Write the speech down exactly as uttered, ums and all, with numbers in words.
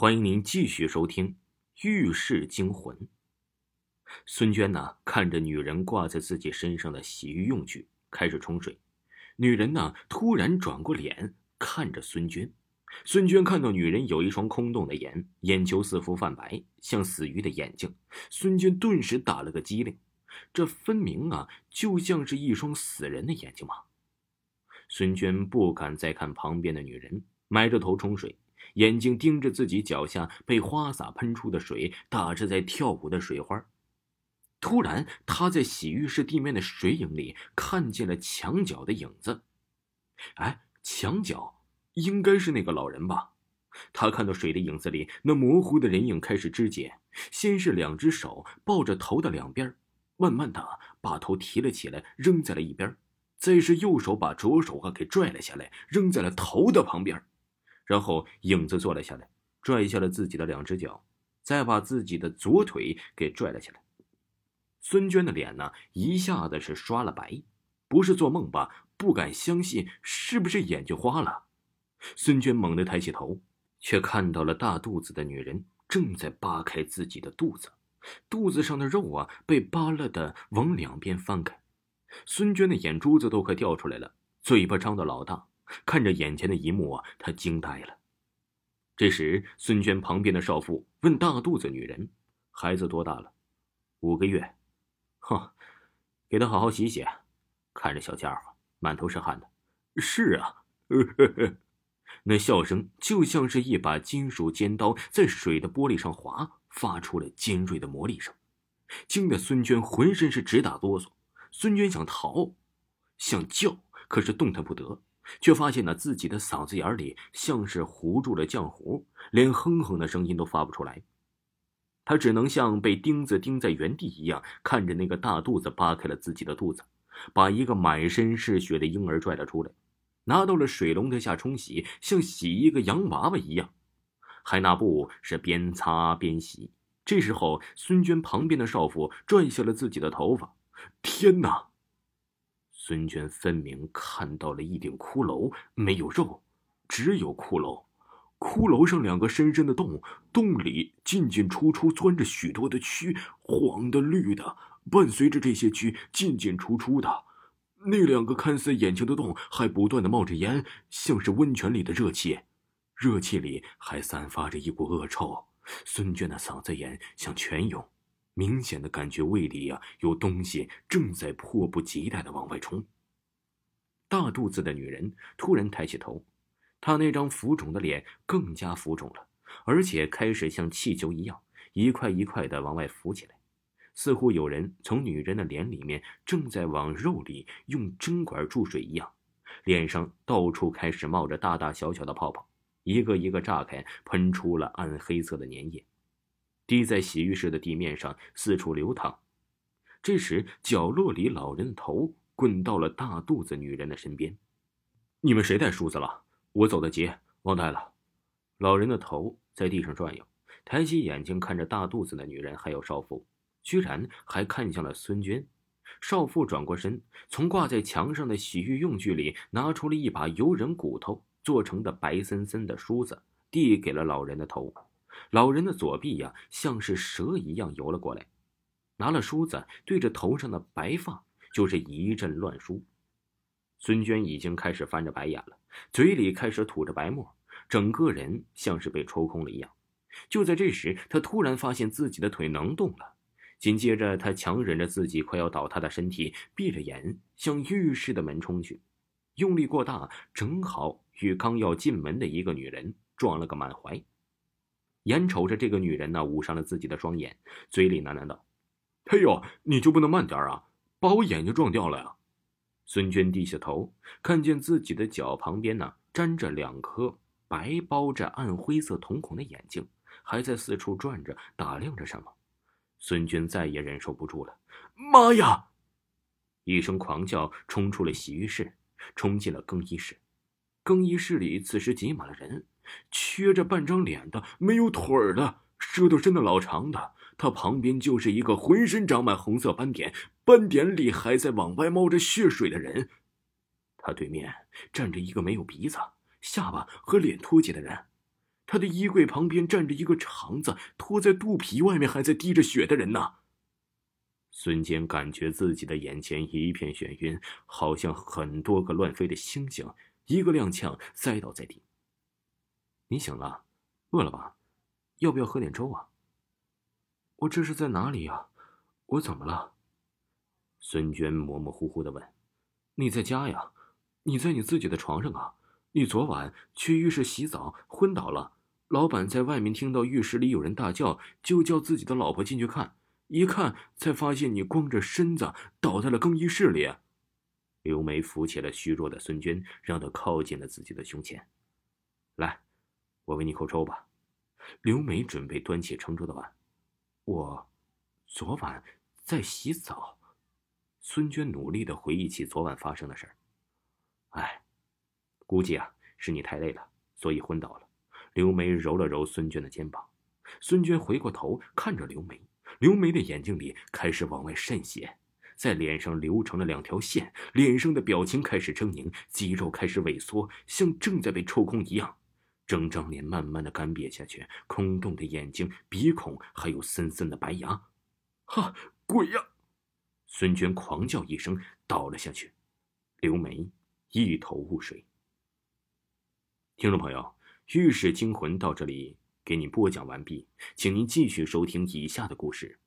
欢迎您继续收听《浴室惊魂》。孙娟呢，看着女人挂在自己身上的洗浴用具，开始冲水。女人呢，突然转过脸看着孙娟。孙娟看到女人有一双空洞的眼，眼球似乎泛白，像死鱼的眼睛。孙娟顿时打了个激灵，这分明啊，就像是一双死人的眼睛嘛。孙娟不敢再看旁边的女人，埋着头冲水，眼睛盯着自己脚下被花洒喷出的水打着在跳舞的水花。突然，她在洗浴室地面的水影里看见了墙角的影子。哎，墙角应该是那个老人吧？她看到水的影子里那模糊的人影开始肢解，先是两只手抱着头的两边，慢慢的把头提了起来，扔在了一边，再是右手把左手啊给拽了下来，扔在了头的旁边。然后影子坐了下来，拽下了自己的两只脚，再把自己的左腿给拽了下来。孙娟的脸呢，一下子是刷了白，不是做梦吧？不敢相信，是不是眼睛花了？孙娟猛地抬起头，却看到了大肚子的女人正在扒开自己的肚子，肚子上的肉啊被扒了的往两边翻开。孙娟的眼珠子都快掉出来了，嘴巴张得老大，看着眼前的一幕啊，她惊呆了。这时，孙娟旁边的少妇问大肚子女人：“孩子多大了？”“五个月。”“哼，给他好好洗洗。”看着小家伙满头是汗的。“是啊。”呵呵呵，那笑声就像是一把金属尖刀在水的玻璃上划，发出了尖锐的磨砺声，惊得孙娟浑身是直打哆嗦。孙娟想逃，想叫，可是动弹不得，却发现呢自己的嗓子眼里像是糊住了浆糊，连哼哼的声音都发不出来。他只能像被钉子钉在原地一样，看着那个大肚子扒开了自己的肚子，把一个满身是血的婴儿拽了出来，拿到了水龙头下冲洗，像洗一个洋娃娃一样，还拿布是边擦边洗。这时候，孙娟旁边的少妇拽下了自己的头发。天哪！孙娟分明看到了一顶骷髅，没有肉，只有骷髅。骷髅上两个深深的洞，洞里进进出出钻着许多的蛆，黄的绿的，伴随着这些蛆进进出出的。那两个看似眼睛的洞还不断的冒着烟，像是温泉里的热气，热气里还散发着一股恶臭。孙娟的嗓子眼像泉涌，明显的感觉胃里呀、啊、有东西正在迫不及待的往外冲。大肚子的女人突然抬起头，她那张浮肿的脸更加浮肿了，而且开始像气球一样一块一块的往外浮起来，似乎有人从女人的脸里面正在往肉里用针管注水一样，脸上到处开始冒着大大小小的泡泡，一个一个炸开，喷出了暗黑色的粘液，滴在洗浴室的地面上四处流淌。这时，角落里老人的头滚到了大肚子女人的身边。“你们谁带梳子了？我走得急，忘带了。”老人的头在地上转悠，抬起眼睛看着大肚子的女人还有少妇，居然还看向了孙娟。少妇转过身，从挂在墙上的洗浴用具里拿出了一把由人骨头做成的白森森的梳子，递给了老人的头。老人的左臂呀、啊，像是蛇一样游了过来，拿了梳子对着头上的白发就是一阵乱梳。孙娟已经开始翻着白眼了，嘴里开始吐着白沫，整个人像是被抽空了一样。就在这时，她突然发现自己的腿能动了，紧接着她强忍着自己快要倒塌的身体，闭着眼向浴室的门冲去，用力过大，正好与刚要进门的一个女人撞了个满怀。眼瞅着这个女人呢捂上了自己的双眼，嘴里喃喃道：“哎呦，你就不能慢点啊，把我眼睛撞掉了呀！”孙娟低下头，看见自己的脚旁边呢粘着两颗白包着暗灰色瞳孔的眼睛，还在四处转着打量着什么。孙娟再也忍受不住了，“妈呀！”一声狂叫冲出了洗浴室，冲进了更衣室。更衣室里此时挤满了人，缺着半张脸的，没有腿儿的，舌头伸得老长的，他旁边就是一个浑身长满红色斑点，斑点里还在往外冒着血水的人。他对面站着一个没有鼻子、下巴和脸脱节的人， 他的衣柜旁边站着一个肠子，拖在肚皮外面还在滴着血的人呢。孙坚感觉自己的眼前一片眩晕，好像很多个乱飞的星星，一个踉跄栽倒在地。你醒了，饿了吧？要不要喝点粥啊？我这是在哪里呀？我怎么了？孙娟模模糊糊地问。你在家呀，你在你自己的床上啊。你昨晚去浴室洗澡昏倒了，老板在外面听到浴室里有人大叫，就叫自己的老婆进去看，一看才发现你光着身子倒在了更衣室里。刘梅扶起了虚弱的孙娟，让她靠近了自己的胸前。来，我喂你口粥吧。刘梅准备端起盛粥的碗。我昨晚在洗澡。孙娟努力地回忆起昨晚发生的事儿。哎，估计啊是你太累了，所以昏倒了。刘梅揉了揉孙娟的肩膀。孙娟回过头看着刘梅，刘梅的眼睛里开始往外渗血，在脸上流成了两条线，脸上的表情开始狰狞，肌肉开始萎缩，像正在被抽空一样。整张脸慢慢的干瘪下去，空洞的眼睛、鼻孔还有森森的白牙。哈，鬼呀！孙娟狂叫一声，倒了下去。刘梅一头雾水。听众朋友，《浴室惊魂》到这里给你播讲完毕，请您继续收听以下的故事。